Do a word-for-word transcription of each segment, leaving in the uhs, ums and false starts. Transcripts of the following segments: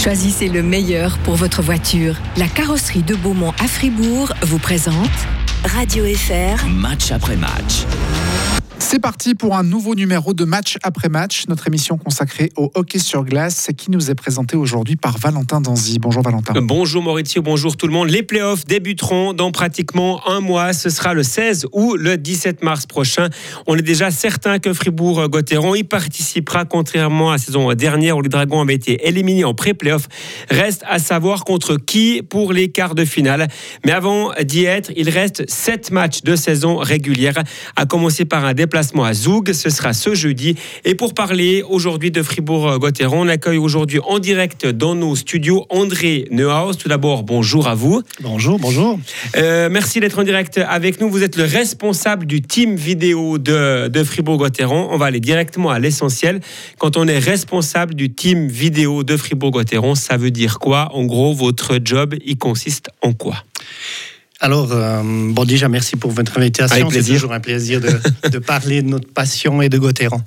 Choisissez le meilleur pour votre voiture. La carrosserie de Beaumont à Fribourg vous présente Radio F R. Match après match. C'est parti pour un nouveau numéro de Match après match, notre émission consacrée au hockey sur glace qui nous est présentée aujourd'hui par Valentin Danzy. Bonjour Valentin. Bonjour Maurizio, bonjour tout le monde. Les playoffs débuteront dans pratiquement un mois. Ce sera le seize ou le dix-sept mars prochain. On est déjà certain que Fribourg-Gotteron y participera, contrairement à la saison dernière où les Dragons avaient été éliminés en pré-playoff. Reste à savoir contre qui pour les quarts de finale. Mais avant d'y être, il reste sept matchs de saison régulière, à commencer par un déplacement à Zug, ce sera ce jeudi. Et pour parler aujourd'hui de Fribourg-Gotteron, on accueille aujourd'hui en direct dans nos studios André Neuhaus. Tout d'abord, bonjour à vous. Bonjour, bonjour. Euh, merci d'être en direct avec nous. Vous êtes le responsable du team vidéo de, de Fribourg-Gotteron. On va aller directement à l'essentiel. Quand on est responsable du team vidéo de Fribourg-Gotteron, ça veut dire quoi? En gros, votre job, il consiste en quoi? Alors, euh, bon, déjà, merci pour votre invitation. C'est toujours un plaisir de, de parler de notre passion et de Gotteron.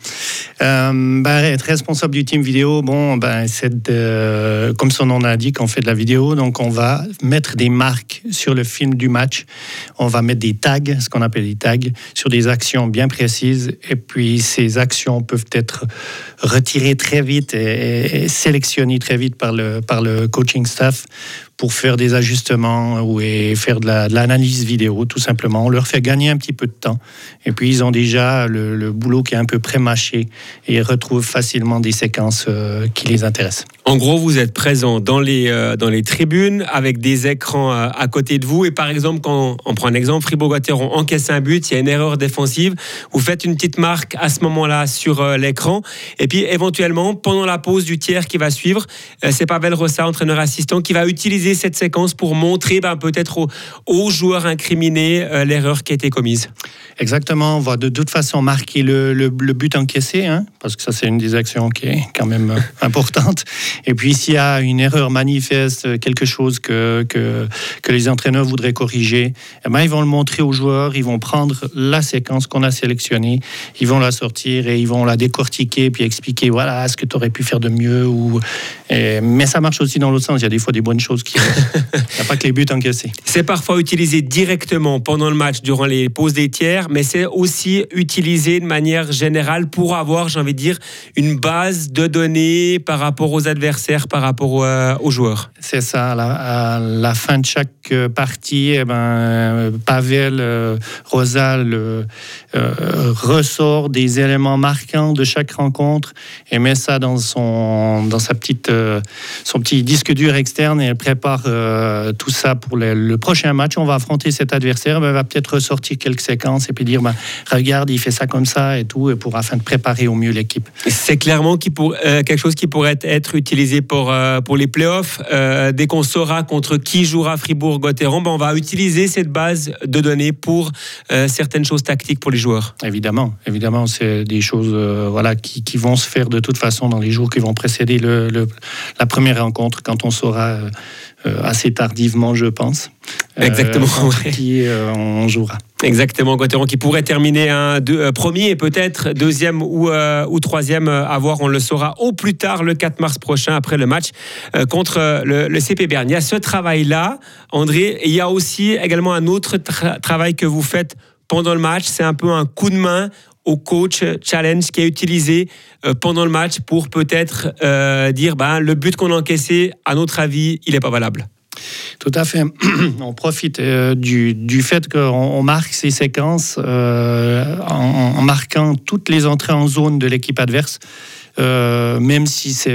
Euh, ben, être responsable du team vidéo, bon, ben, c'est de, comme son nom l'indique, on fait de la vidéo. Donc, on va mettre des marques sur le film du match. On va mettre des tags, ce qu'on appelle des tags, sur des actions bien précises. Et puis, ces actions peuvent être retirées très vite et, et sélectionnées très vite par le, par le coaching staff pour faire des ajustements ou et faire de, la, de l'analyse vidéo, tout simplement. On leur fait gagner un petit peu de temps. Et puis, ils ont déjà le, le boulot qui est un peu pré-mâché et ils retrouvent facilement des séquences euh, qui les intéressent. En gros, vous êtes présent dans les, euh, dans les tribunes avec des écrans euh, à côté de vous. Et par exemple, quand on prend un exemple, Fribourg-Gotteron encaisse un but, il y a une erreur défensive. Vous faites une petite marque à ce moment-là sur euh, l'écran. Et puis, éventuellement, pendant la pause du tiers qui va suivre, euh, c'est Pavel Rossa, entraîneur assistant, qui va utiliser cette séquence pour montrer ben, peut-être aux, aux joueurs incriminés euh, l'erreur qui a été commise. Exactement, on va de toute façon marquer le, le, le but encaissé, hein, parce que ça c'est une des actions qui est quand même importante. Et puis s'il y a une erreur manifeste, quelque chose que, que, que les entraîneurs voudraient corriger, eh ben, ils vont le montrer aux joueurs, ils vont prendre la séquence qu'on a sélectionnée, ils vont la sortir et ils vont la décortiquer puis expliquer, voilà, ce que tu aurais pu faire de mieux. Ou... Et, mais ça marche aussi dans l'autre sens, il y a des fois des bonnes choses qui... Il n'y a pas que les buts encaissés. C'est parfois utilisé directement pendant le match, durant les pauses des tiers, mais c'est aussi utilisé de manière générale pour avoir, j'ai envie de dire, une base de données par rapport aux adversaires, par rapport euh, aux joueurs. C'est ça. À la, à la fin de chaque partie, eh ben, Pavel euh, Rosal euh, euh, ressort des éléments marquants de chaque rencontre et met ça dans son, dans sa petite, euh, son petit disque dur externe et elle prépare euh, tout ça pour le, le prochain match. On va affronter cet adversaire, ben, elle va peut-être ressortir quelques séquences et puis dire, ben, regarde, il fait ça comme ça et tout, et pour, afin de préparer au mieux l'équipe. C'est clairement qui pour, euh, quelque chose qui pourrait être utilisé pour, euh, pour les playoffs. Euh, dès qu'on saura contre qui jouera Fribourg-Gotteron, ben, on va utiliser cette base de données pour euh, certaines choses tactiques pour les joueurs. Évidemment, évidemment, c'est des choses euh, voilà, qui, qui vont se faire de toute façon dans les jours qui vont précéder le, le, la première rencontre, quand on saura euh, euh, assez tardivement, je pense. Exactement. Euh, ouais. Qui euh, on jouera. Exactement, Gotteron qui pourrait terminer un deux, euh, premier et peut-être deuxième ou, euh, ou troisième euh, à voir. On le saura au plus tard le quatre mars prochain après le match euh, contre euh, le, le C P Berne. Il y a ce travail-là, André, et il y a aussi également un autre tra- travail que vous faites pendant le match. C'est un peu un coup de main au coach challenge qui est utilisé euh, pendant le match pour peut-être euh, dire ben, le but qu'on a encaissé, à notre avis, il n'est pas valable. Tout à fait. On profite euh, du, du fait qu'on on marque ces séquences euh, en, en marquant toutes les entrées en zone de l'équipe adverse, euh, même si c'est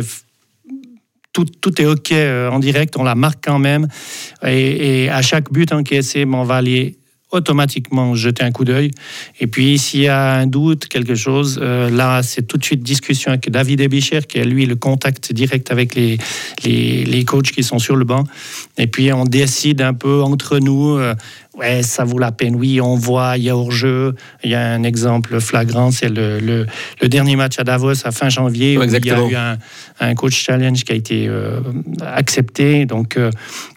tout, tout est OK euh, en direct, on la marque quand même. Et, et à chaque but encaissé, on va aller automatiquement jeter un coup d'œil. Et puis, s'il y a un doute, quelque chose, euh, là, c'est tout de suite discussion avec David Ebicher, qui a, lui, le contact direct avec les, les, les coachs qui sont sur le banc. Et puis, on décide un peu entre nous, euh, ouais, ça vaut la peine. Oui, on voit, il y a hors-jeu. Il y a un exemple flagrant, c'est le, le, le dernier match à Davos, à fin janvier, où Exactement. il y a eu un, un coach challenge qui a été euh, accepté. Donc, euh,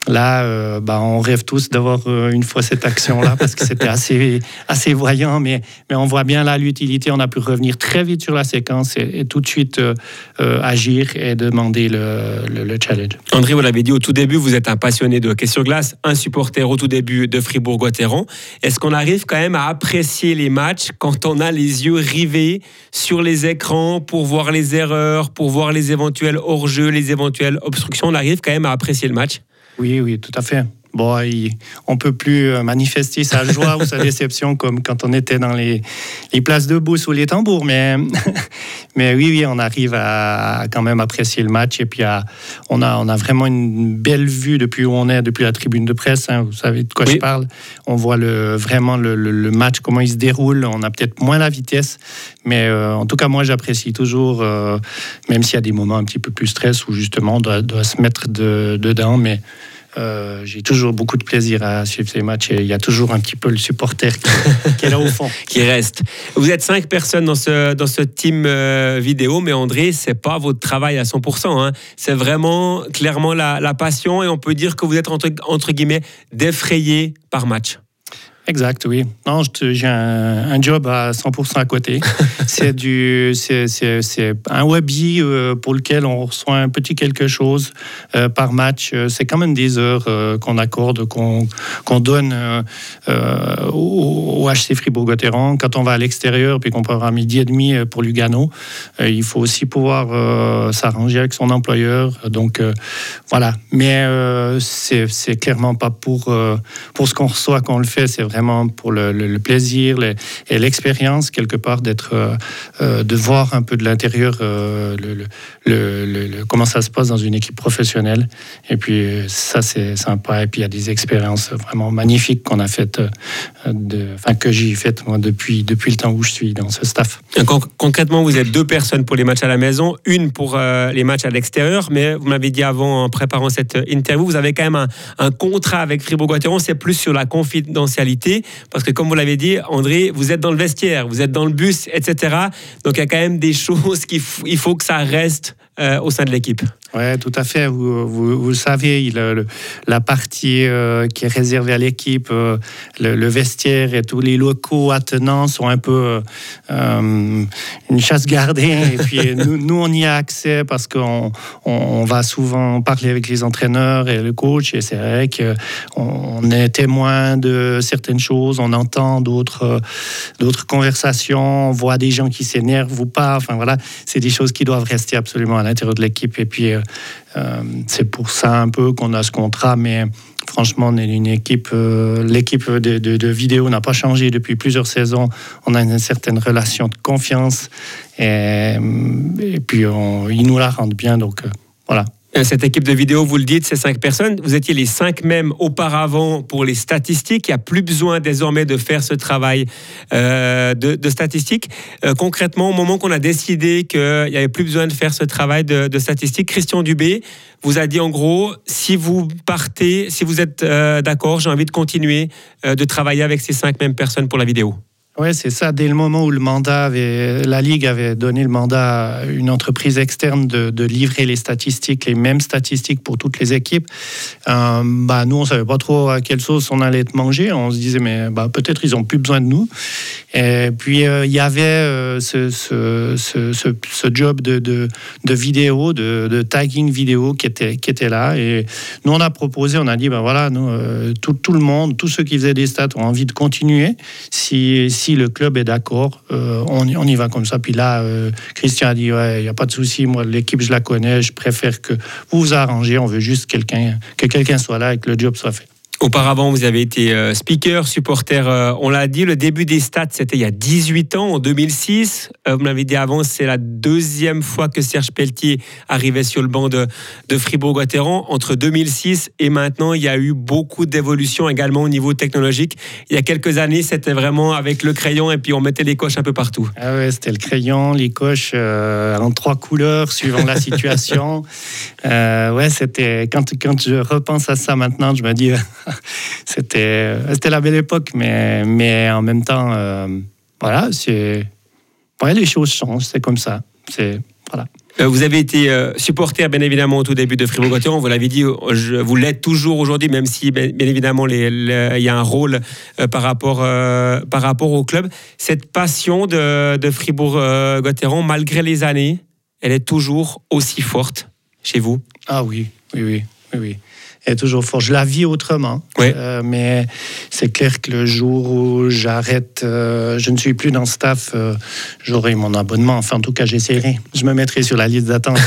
là, euh, bah, on rêve tous d'avoir euh, une fois cette action-là parce que c'était assez, assez voyant, mais, mais on voit bien là l'utilité. On a pu revenir très vite sur la séquence et, et tout de suite euh, euh, agir et demander le, le, le challenge. André, vous l'avez dit au tout début, vous êtes un passionné de hockey sur glace, un supporter au tout début de Fribourg-Gotteron. Est-ce qu'on arrive quand même à apprécier les matchs quand on a les yeux rivés sur les écrans pour voir les erreurs, pour voir les éventuels hors-jeu, les éventuelles obstructions? On arrive quand même à apprécier le match? Oui, oui, tout à fait. Bon, il, on ne peut plus manifester sa joie ou sa déception comme quand on était dans les, les places debout sous les tambours. Mais, mais oui, oui, on arrive à, à quand même apprécier le match. Et puis, à, on, a, on a vraiment une belle vue depuis où on est, depuis la tribune de presse. Hein, vous savez de quoi oui. je parle. On voit le, vraiment le, le, le match, comment il se déroule. On a peut-être moins la vitesse. Mais euh, en tout cas, moi, j'apprécie toujours, euh, même s'il y a des moments un petit peu plus stress où justement on doit, doit se mettre de, dedans. Mais Euh, j'ai toujours beaucoup de plaisir à suivre ces matchs et il y a toujours un petit peu le supporter qui, qui est là au fond. Qui reste. Vous êtes cinq personnes dans ce, dans ce team euh, vidéo, mais André, c'est pas votre travail à cent pour cent. Hein. C'est vraiment clairement la, la passion et on peut dire que vous êtes entre, entre guillemets défrayé par match. Exact, oui. Non, j'ai un, un job à cent pour cent à côté. c'est, du, c'est, c'est, c'est un hobby euh, pour lequel on reçoit un petit quelque chose euh, par match. C'est quand même des heures euh, qu'on accorde, qu'on, qu'on donne euh, euh, au, au H C Fribourg-Gotteron. Quand on va à l'extérieur puis qu'on part à midi et demi pour Lugano, euh, il faut aussi pouvoir euh, s'arranger avec son employeur. Donc, euh, voilà. Mais euh, c'est, c'est clairement pas pour, euh, pour ce qu'on reçoit qu'on le fait. C'est vraiment vraiment pour le, le, le plaisir le, et l'expérience quelque part d'être, euh, euh, de voir un peu de l'intérieur euh, le, le, le, le, comment ça se passe dans une équipe professionnelle. Et puis ça c'est sympa. Et puis il y a des expériences vraiment magnifiques qu'on a faites, euh, de, enfin que j'ai faites moi depuis depuis le temps où je suis dans ce staff. Con- concrètement, vous êtes deux personnes pour les matchs à la maison, une pour euh, les matchs à l'extérieur. Mais vous m'avez dit avant en préparant cette interview, vous avez quand même un, un contrat avec Fribourg-Gotteron. C'est plus sur la confidentialité. Parce que comme vous l'avez dit, André, vous êtes dans le vestiaire, vous êtes dans le bus, et cetera. Donc il y a quand même des choses qu'il faut, il faut que ça reste euh, au sein de l'équipe. Oui, tout à fait. Vous, vous, vous le savez, il, le, la partie euh, qui est réservée à l'équipe, euh, le, le vestiaire et tous les locaux attenants sont un peu euh, une chasse gardée. Et puis nous, nous, on y a accès parce qu'on on, on va souvent parler avec les entraîneurs et le coach. Et c'est vrai qu'on est témoin de certaines choses, on entend d'autres, d'autres conversations, on voit des gens qui s'énervent ou pas. Enfin voilà, c'est des choses qui doivent rester absolument à l'intérieur de l'équipe. Et puis, Euh, c'est pour ça un peu qu'on a ce contrat, mais franchement, on est une équipe, euh, l'équipe de, de, de vidéo n'a pas changé depuis plusieurs saisons. On a une certaine relation de confiance et, et puis on, ils nous la rendent bien, donc euh, voilà. Cette équipe de vidéo, vous le dites, c'est cinq personnes. Vous étiez les cinq mêmes auparavant pour les statistiques. Il n'y a plus besoin désormais de faire ce travail euh, de, de statistiques. Euh, concrètement, au moment qu'on a décidé qu'il n'y avait plus besoin de faire ce travail de, de statistiques, Christian Dubé vous a dit en gros, si vous partez, si vous êtes euh, d'accord, j'ai envie de continuer euh, de travailler avec ces cinq mêmes personnes pour la vidéo. Oui, c'est ça. Dès le moment où le mandat avait, la Ligue avait donné le mandat à une entreprise externe de, de livrer les statistiques, les mêmes statistiques pour toutes les équipes, euh, bah, nous, on ne savait pas trop à quelle sauce on allait être mangé. On se disait, mais bah, peut-être ils n'ont plus besoin de nous. Et puis, il euh, y avait euh, ce, ce, ce, ce, ce job de, de, de vidéo, de, de tagging vidéo qui était, qui était là. Et nous, on a proposé, on a dit, ben voilà, nous, euh, tout, tout le monde, tous ceux qui faisaient des stats ont envie de continuer. Si, si le club est d'accord, euh, on, on y va comme ça. Puis là, euh, Christian a dit, ouais, il n'y a pas de souci, moi, l'équipe, je la connais, je préfère que vous vous arrangez, on veut juste quelqu'un, que quelqu'un soit là et que le job soit fait. Auparavant, vous avez été euh, speaker, supporter, euh, on l'a dit, le début des stats, c'était il y a dix-huit ans, en deux mille six. Euh, vous m'avez dit avant, c'est la deuxième fois que Serge Pelletier arrivait sur le banc de, de Fribourg-Gotteron. Entre deux mille six et maintenant, il y a eu beaucoup d'évolutions également au niveau technologique. Il y a quelques années, c'était vraiment avec le crayon et puis on mettait les coches un peu partout. Ah ouais, c'était le crayon, les coches euh, en trois couleurs, suivant la situation. euh, ouais, c'était... Quand, quand je repense à ça maintenant, je me dis... C'était, c'était la belle époque, mais, mais en même temps, euh, voilà, c'est, ouais, les choses changent, c'est comme ça. C'est, voilà. Vous avez été supporter, bien évidemment, au tout début de Fribourg-Gotteron. Vous l'avez dit, je, vous l'êtes toujours aujourd'hui, même si, bien, bien évidemment, il y a un rôle euh, par, rapport, euh, par rapport au club. Cette passion de, de Fribourg-Gotteron, malgré les années, elle est toujours aussi forte chez vous? Ah oui, oui, oui, oui, oui. Elle est toujours forte. Je la vis autrement, oui. euh, mais c'est clair que le jour où j'arrête, euh, je ne suis plus dans le staff, euh, j'aurai mon abonnement. Enfin, en tout cas, j'essaierai. Je me mettrai sur la liste d'attente.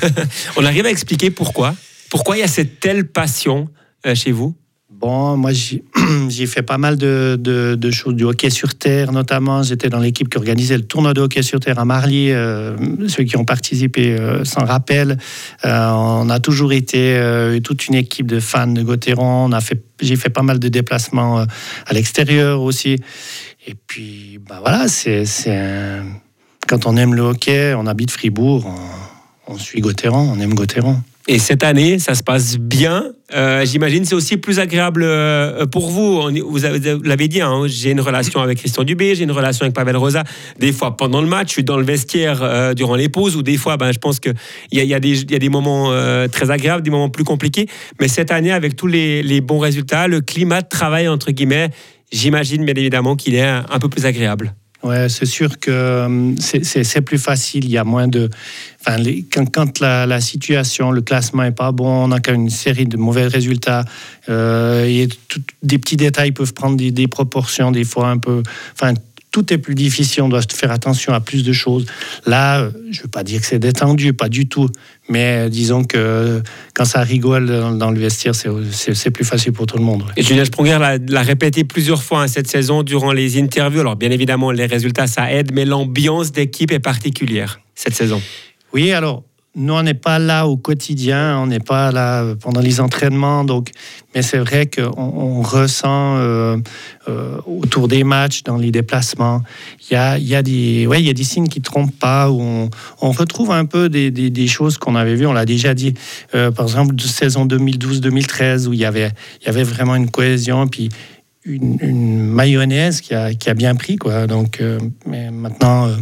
On arrive à expliquer pourquoi? Pourquoi il y a cette telle passion euh, chez vous? Bon, moi, j'ai, j'ai fait pas mal de, de, de choses, du hockey sur terre notamment. J'étais dans l'équipe qui organisait le tournoi de hockey sur terre à Marly. Euh, ceux qui ont participé euh, s'en rappellent. Euh, on a toujours été euh, toute une équipe de fans de Gotteron. On a fait, j'ai fait pas mal de déplacements euh, à l'extérieur aussi. Et puis, bah voilà, c'est, c'est un... quand on aime le hockey, on habite Fribourg, on, on suit Gotteron, on aime Gotteron. Et cette année, ça se passe bien. Euh, j'imagine c'est aussi plus agréable euh, pour vous. Vous, avez, vous l'avez dit, hein, j'ai une relation avec Christian Dubé, j'ai une relation avec Pavel Rosa. Des fois, pendant le match, je suis dans le vestiaire euh, durant les pauses, ou des fois, ben, je pense qu'il y a, y, a y a des moments euh, très agréables, des moments plus compliqués. Mais cette année, avec tous les, les bons résultats, le climat de travail, entre guillemets, j'imagine bien évidemment qu'il est un, un peu plus agréable. Ouais, c'est sûr que c'est, c'est, c'est plus facile. Il y a moins de. Enfin, les, quand, quand la, la situation, le classement est pas bon, on a quand même une série de mauvais résultats. Euh, et tout, des petits détails peuvent prendre des, des proportions des fois un peu. Enfin, tout est plus difficile. On doit faire attention à plus de choses. Là, je veux pas dire que c'est détendu, pas du tout. Mais disons que quand ça rigole dans le vestiaire, c'est, c'est, c'est plus facile pour tout le monde. Ouais. Et Julien Sprunger l'a, l'a répété plusieurs fois hein, cette saison durant les interviews. Alors bien évidemment, les résultats, ça aide, mais l'ambiance d'équipe est particulière cette saison. Oui, alors, nous, on n'est pas là au quotidien, on n'est pas là pendant les entraînements, donc, mais c'est vrai qu'on on ressent euh, euh, autour des matchs, dans les déplacements, il y a, y a des, ouais, y a des signes qui ne trompent pas, où on, on retrouve un peu des, des, des choses qu'on avait vues, on l'a déjà dit, euh, par exemple, de saison deux mille douze deux mille treize, où il y avait, il y avait vraiment une cohésion, puis une, une mayonnaise qui a, qui a bien pris, quoi. Donc, euh, mais maintenant... Euh,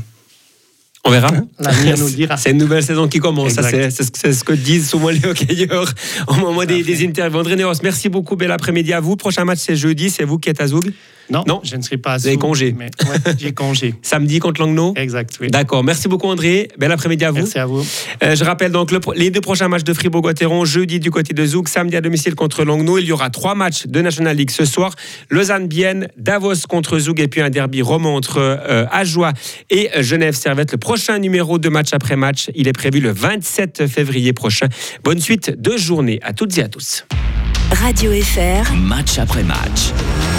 On verra. L'avenir nous le dira. C'est une nouvelle saison qui commence. Ça, c'est, c'est, c'est ce que disent souvent les hockeyeurs au moment des, des interviews. André Neros, merci beaucoup. Bel après-midi à vous. Prochain match, c'est jeudi. C'est vous qui êtes à Zoug? Non, non, je ne serai pas à Zoug. Vous avez congé. Mais ouais, j'ai congé. Samedi contre Langnau? Exact, oui. D'accord. Merci beaucoup, André. Bel après-midi à vous. Merci à vous. Euh, je rappelle donc le, les deux prochains matchs de Fribourg-Gotteron. Jeudi du côté de Zoug, samedi à domicile contre Langnau. Il y aura trois matchs de National League ce soir. Lausanne-Bienne, Davos contre Zoug et puis un derby roman entre euh, Ajoie et Genève-Servette. Le prochain numéro de match après match, il est prévu le vingt-sept février prochain. Bonne suite de journée à toutes et à tous. Radio F R. Match après match.